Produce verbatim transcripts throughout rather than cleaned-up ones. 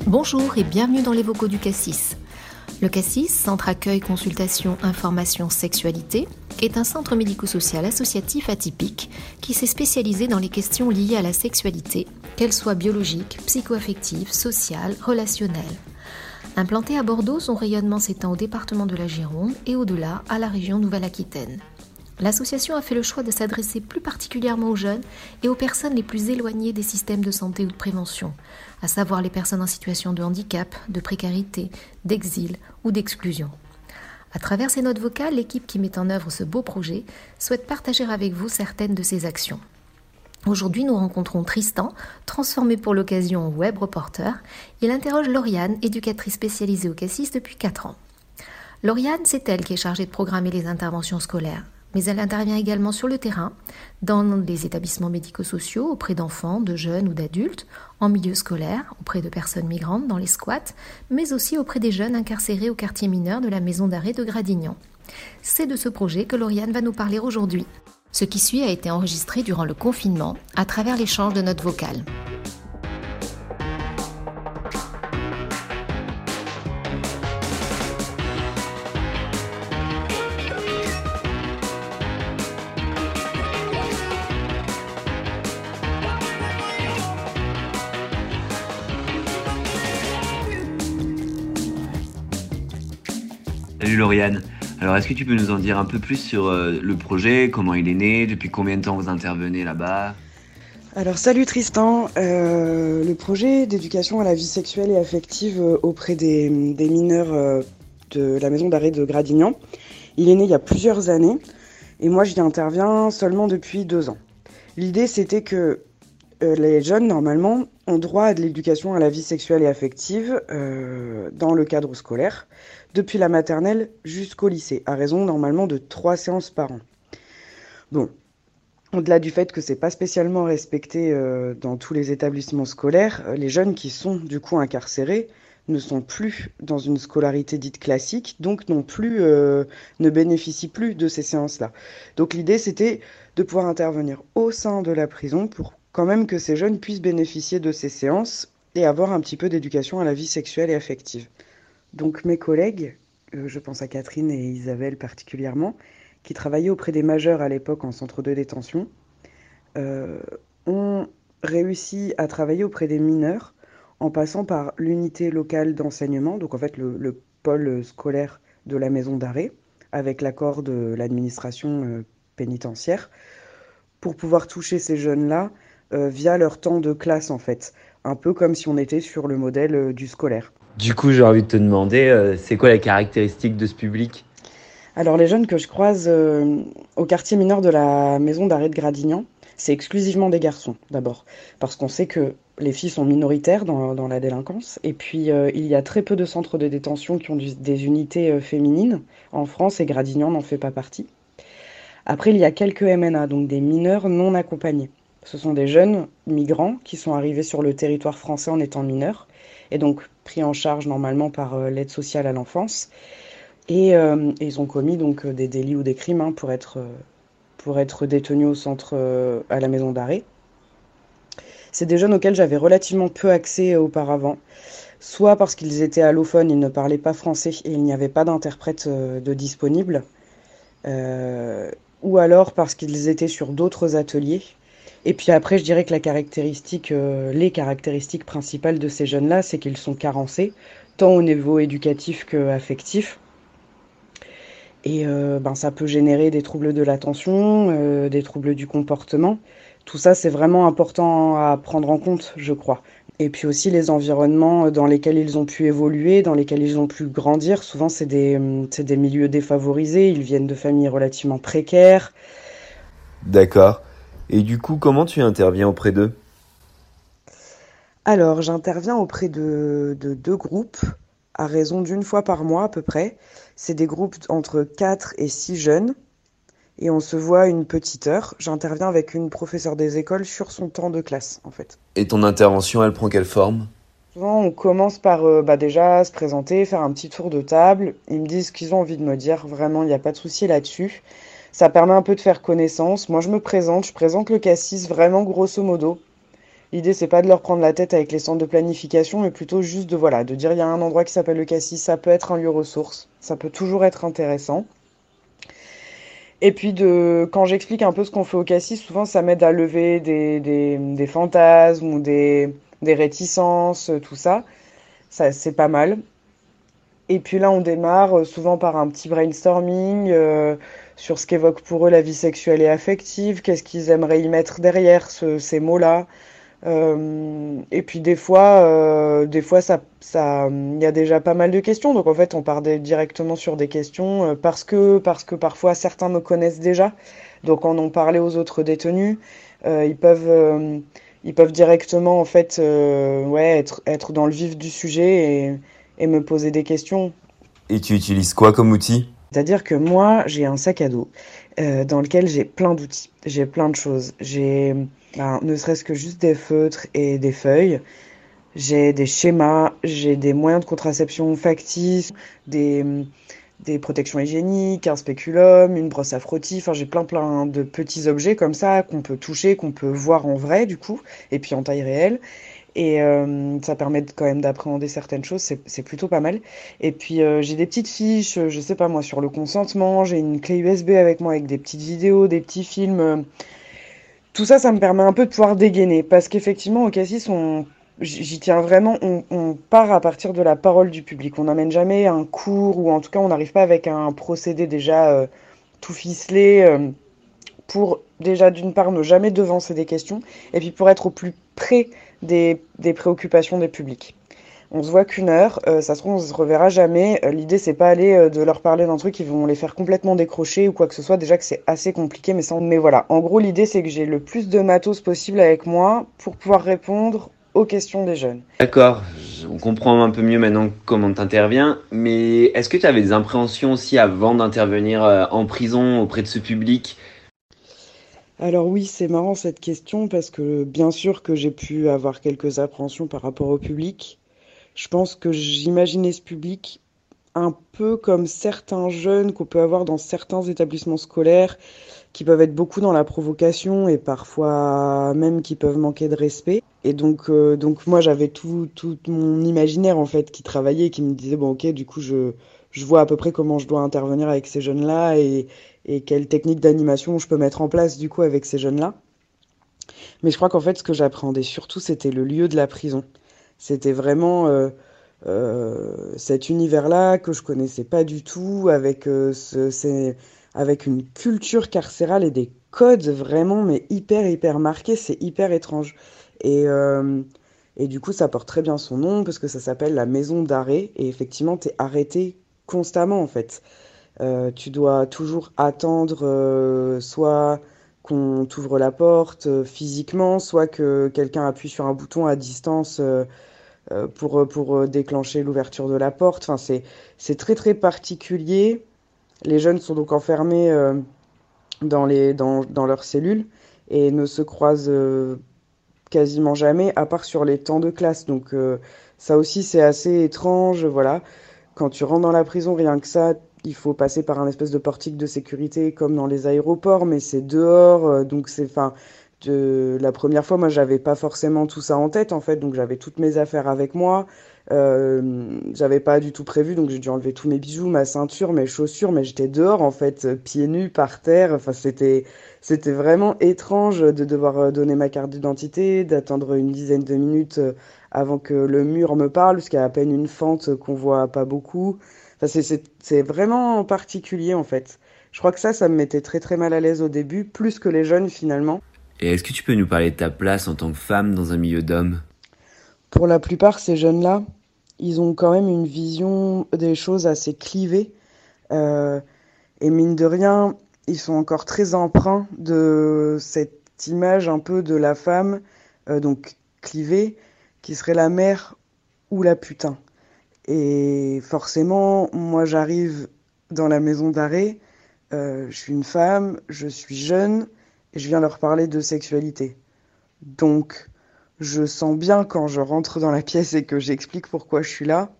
Bonjour et bienvenue dans les vocaux du Cassis. Le Cassis, Centre Accueil, Consultation, Information, Sexualité, est un centre médico-social associatif atypique qui s'est spécialisé dans les questions liées à la sexualité, qu'elles soient biologiques, psycho-affectives, sociales, relationnelles. Implanté à Bordeaux, son rayonnement s'étend au département de la Gironde et au-delà à la région Nouvelle-Aquitaine. L'association a fait le choix de s'adresser plus particulièrement aux jeunes et aux personnes les plus éloignées des systèmes de santé ou de prévention, à savoir les personnes en situation de handicap, de précarité, d'exil ou d'exclusion. À travers ces notes vocales, l'équipe qui met en œuvre ce beau projet souhaite partager avec vous certaines de ses actions. Aujourd'hui, nous rencontrons Tristan, transformé pour l'occasion en web reporter. Il interroge Lauriane, éducatrice spécialisée au Cassis depuis quatre ans. Lauriane, c'est elle qui est chargée de programmer les interventions scolaires. Mais elle intervient également sur le terrain, dans les établissements médico-sociaux, auprès d'enfants, de jeunes ou d'adultes, en milieu scolaire, auprès de personnes migrantes, dans les squats, mais aussi auprès des jeunes incarcérés au quartier mineur de la maison d'arrêt de Gradignan. C'est de ce projet que Lauriane va nous parler aujourd'hui. Ce qui suit a été enregistré durant le confinement, à travers l'échange de notes vocales. Salut Lauriane, alors est-ce que tu peux nous en dire un peu plus sur euh, le projet, comment il est né, depuis combien de temps vous intervenez là-bas ? Alors salut Tristan, euh, le projet d'éducation à la vie sexuelle et affective auprès des, des mineurs euh, de la maison d'arrêt de Gradignan, il est né il y a plusieurs années et moi j'y interviens seulement depuis deux ans. L'idée c'était que euh, les jeunes normalement ont droit à de l'éducation à la vie sexuelle et affective euh, dans le cadre scolaire, depuis la maternelle jusqu'au lycée, à raison normalement de trois séances par an. Bon, au-delà du fait que c'est pas spécialement respecté euh, dans tous les établissements scolaires, euh, les jeunes qui sont du coup incarcérés ne sont plus dans une scolarité dite classique, donc non plus, euh, ne bénéficient plus de ces séances-là. Donc l'idée c'était de pouvoir intervenir au sein de la prison pour quand même que ces jeunes puissent bénéficier de ces séances et avoir un petit peu d'éducation à la vie sexuelle et affective. Donc mes collègues, euh, je pense à Catherine et Isabelle particulièrement, qui travaillaient auprès des majeurs à l'époque en centre de détention, euh, ont réussi à travailler auprès des mineurs en passant par l'unité locale d'enseignement, donc en fait le, le pôle scolaire de la maison d'arrêt, avec l'accord de l'administration euh, pénitentiaire, pour pouvoir toucher ces jeunes-là euh, via leur temps de classe en fait, un peu comme si on était sur le modèle euh, du scolaire. Du coup, j'ai envie de te demander, euh, c'est quoi la caractéristique de ce public ? Alors les jeunes que je croise euh, au quartier mineur de la maison d'arrêt de Gradignan, c'est exclusivement des garçons d'abord, parce qu'on sait que les filles sont minoritaires dans, dans la délinquance, et puis euh, il y a très peu de centres de détention qui ont du, des unités euh, féminines en France, et Gradignan n'en fait pas partie. Après, il y a quelques M N A, donc des mineurs non accompagnés. Ce sont des jeunes migrants qui sont arrivés sur le territoire français en étant mineurs, et donc pris en charge normalement par euh, l'aide sociale à l'enfance. Et, euh, et ils ont commis donc des délits ou des crimes hein, pour être, euh, pour être détenus au centre, euh, à la maison d'arrêt. C'est des jeunes auxquels j'avais relativement peu accès auparavant, soit parce qu'ils étaient allophones, ils ne parlaient pas français et il n'y avait pas d'interprète euh, de disponible, euh, ou alors parce qu'ils étaient sur d'autres ateliers. Et puis après, je dirais que la caractéristique, euh, les caractéristiques principales de ces jeunes-là, c'est qu'ils sont carencés, tant au niveau éducatif qu'affectif. Et euh, ben, ça peut générer des troubles de l'attention, euh, des troubles du comportement. Tout ça, c'est vraiment important à prendre en compte, je crois. Et puis aussi les environnements dans lesquels ils ont pu évoluer, dans lesquels ils ont pu grandir. Souvent, c'est des, c'est des milieux défavorisés, ils viennent de familles relativement précaires. D'accord. Et du coup, comment tu interviens auprès d'eux ? Alors, j'interviens auprès de, de deux groupes, à raison d'une fois par mois à peu près. C'est des groupes entre quatre et six jeunes, et on se voit une petite heure. J'interviens avec une professeure des écoles sur son temps de classe, en fait. Et ton intervention, elle prend quelle forme ? Souvent, on commence par euh, bah, déjà se présenter, faire un petit tour de table. Ils me disent ce qu'ils ont envie de me dire. Vraiment, il n'y a pas de souci là-dessus. Ça permet un peu de faire connaissance. Moi, je me présente, je présente le Cassis vraiment grosso modo. L'idée, c'est pas de leur prendre la tête avec les centres de planification, mais plutôt juste de, voilà, de dire il y a un endroit qui s'appelle le Cassis, ça peut être un lieu ressource, ça peut toujours être intéressant. Et puis, de, quand j'explique un peu ce qu'on fait au Cassis, souvent ça m'aide à lever des, des, des fantasmes ou des, des réticences, tout ça. Ça, c'est pas mal. Et puis là, on démarre euh, souvent par un petit brainstorming euh, sur ce qu'évoque pour eux la vie sexuelle et affective, qu'est-ce qu'ils aimeraient y mettre derrière ce- ces mots-là. Euh, et puis des fois, euh, des fois, ça, ça, il y a déjà pas mal de questions. Donc en fait, on part des- directement sur des questions euh, parce que, parce que parfois certains me connaissent déjà. Donc en ont parlé aux autres détenus. Euh, ils peuvent, euh, ils peuvent directement en fait, euh, ouais, être, être dans le vif du sujet et, et me poser des questions. Et tu utilises quoi comme outil? C'est-à-dire que moi, j'ai un sac à dos euh, dans lequel j'ai plein d'outils, j'ai plein de choses. J'ai ben, ne serait-ce que juste des feutres et des feuilles. J'ai des schémas, j'ai des moyens de contraception factices, des, des protections hygiéniques, un spéculum, une brosse à frottis. Enfin, j'ai plein plein de petits objets comme ça qu'on peut toucher, qu'on peut voir en vrai du coup, et puis en taille réelle. Et euh, ça permet de- quand même d'appréhender certaines choses, c'est c'est plutôt pas mal. Et puis euh, j'ai des petites fiches, euh, je sais pas moi, sur le consentement, j'ai une clé U S B avec moi avec des petites vidéos, des petits films. euh. Tout ça, ça me permet un peu de pouvoir dégainer. Parce qu'effectivement, au Cassis, on, j- j'y tiens vraiment, on, on part à partir de la parole du public. On n'amène jamais un cours, ou en tout cas, on n'arrive pas avec un procédé déjà euh, tout ficelé. euh, pour déjà d'une part ne jamais devancer des questions et puis pour être au plus près des, des préoccupations des publics. On se voit qu'une heure, euh, ça se trouve on se reverra jamais. Euh, L'idée c'est pas aller euh, de leur parler d'un truc qui vont les faire complètement décrocher ou quoi que ce soit. Déjà que c'est assez compliqué, mais sans. Mais voilà, en gros l'idée c'est que j'ai le plus de matos possible avec moi pour pouvoir répondre aux questions des jeunes. D'accord, je- on comprend un peu mieux maintenant comment tu interviens, mais est-ce que tu avais des appréhensions aussi avant d'intervenir euh, en prison auprès de ce public? Alors oui, c'est marrant cette question parce que bien sûr que j'ai pu avoir quelques appréhensions par rapport au public. Je pense que j'imaginais ce public un peu comme certains jeunes qu'on peut avoir dans certains établissements scolaires, qui peuvent être beaucoup dans la provocation et parfois même qui peuvent manquer de respect. Et donc, euh, donc moi, j'avais tout, tout mon imaginaire en fait qui travaillait et qui me disait, bon, ok, du coup, je, je vois à peu près comment je dois intervenir avec ces jeunes-là et, et quelle technique d'animation je peux mettre en place du coup avec ces jeunes-là. Mais je crois qu'en fait, ce que j'appréhendais surtout, c'était le lieu de la prison. C'était vraiment euh, euh, cet univers-là que je connaissais pas du tout, avec, euh, ce, c'est, avec une culture carcérale et des codes vraiment, mais hyper, hyper marqués. C'est hyper étrange. Et, euh, et du coup, ça porte très bien son nom, parce que ça s'appelle la maison d'arrêt. Et effectivement, t'es arrêté constamment, en fait. Euh, tu dois toujours attendre euh, soit qu'on t'ouvre la porte euh, physiquement, soit que quelqu'un appuie sur un bouton à distance euh, euh, pour, euh, pour euh, déclencher l'ouverture de la porte. Enfin, c'est, c'est très très particulier. Les jeunes sont donc enfermés euh, dans les, dans, dans leurs cellules et ne se croisent euh, quasiment jamais, à part sur les temps de classe. Donc euh, ça aussi c'est assez étrange, voilà. Quand tu rentres dans la prison, rien que ça, il faut passer par un espèce de portique de sécurité comme dans les aéroports, mais c'est dehors, euh, donc c'est, enfin, de, la première fois, moi, j'avais pas forcément tout ça en tête, en fait, donc j'avais toutes mes affaires avec moi, euh, j'avais pas du tout prévu, donc j'ai dû enlever tous mes bijoux, ma ceinture, mes chaussures, mais j'étais dehors, en fait, euh, pieds nus par terre, enfin, c'était, c'était vraiment étrange de devoir euh, donner ma carte d'identité, d'attendre une dizaine de minutes euh, avant que le mur me parle, parce qu'il y a à peine une fente qu'on voit pas beaucoup. Enfin, c'est, c'est, c'est vraiment particulier en fait. Je crois que ça, ça me mettait très très mal à l'aise au début, plus que les jeunes finalement. Et est-ce que tu peux nous parler de ta place en tant que femme dans un milieu d'hommes? Pour la plupart, ces jeunes-là, ils ont quand même une vision des choses assez clivée. Euh, et mine de rien, ils sont encore très empreints de cette image un peu de la femme, euh, donc clivée, qui serait la mère ou la putain. Et forcément, moi j'arrive dans la maison d'arrêt, euh, je suis une femme, je suis jeune, et je viens leur parler de sexualité. Donc, je sens bien quand je rentre dans la pièce et que j'explique pourquoi je suis là,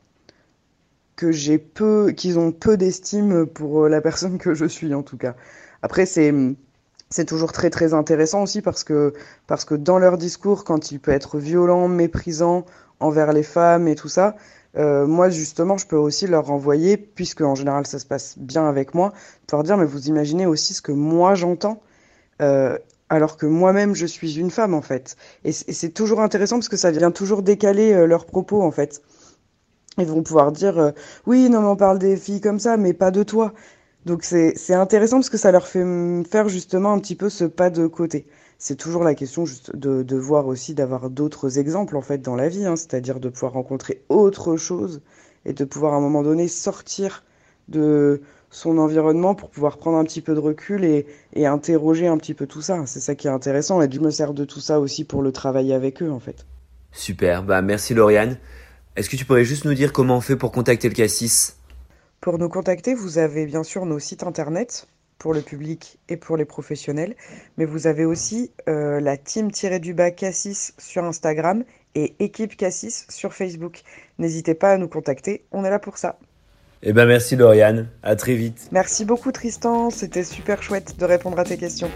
que j'ai peu, qu'ils ont peu d'estime pour euh, la personne que je suis en tout cas. Après, c'est, c'est toujours très très intéressant aussi parce que, parce que dans leur discours, quand il peut être violent, méprisant envers les femmes et tout ça, euh, moi justement je peux aussi leur renvoyer, puisque en général ça se passe bien avec moi, de leur dire mais vous imaginez aussi ce que moi j'entends, euh, alors que moi-même je suis une femme en fait. Et c'est, et c'est toujours intéressant parce que ça vient toujours décaler euh, leurs propos en fait. Ils vont pouvoir dire euh, oui non mais on parle des filles comme ça mais pas de toi. Donc c'est c'est intéressant parce que ça leur fait mm, faire justement un petit peu ce pas de côté. C'est toujours la question juste de, de voir aussi, d'avoir d'autres exemples en fait dans la vie, hein, c'est-à-dire de pouvoir rencontrer autre chose et de pouvoir à un moment donné sortir de son environnement pour pouvoir prendre un petit peu de recul et, et interroger un petit peu tout ça. C'est ça qui est intéressant et je me sers de tout ça aussi pour le travailler avec eux en fait. Super, bah merci Lauriane. Est-ce que tu pourrais juste nous dire comment on fait pour contacter le Cassis? Pour nous contacter, vous avez bien sûr nos sites internet pour le public et pour les professionnels, mais vous avez aussi euh, la team-du-bas Cassis sur Instagram et équipe Cassis sur Facebook. N'hésitez pas à nous contacter, on est là pour ça. Eh ben merci Lauriane, à très vite. Merci beaucoup Tristan, c'était super chouette de répondre à tes questions.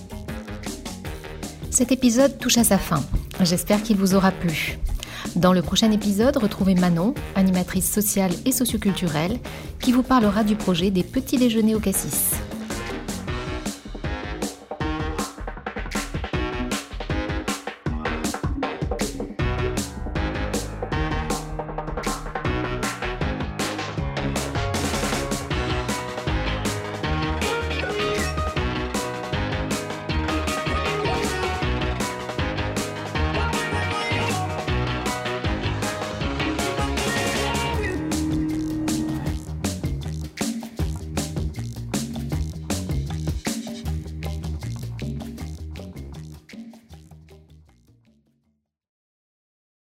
Cet épisode touche à sa fin. J'espère qu'il vous aura plu. Dans le prochain épisode, retrouvez Manon, animatrice sociale et socioculturelle, qui vous parlera du projet des petits déjeuners au Cassis.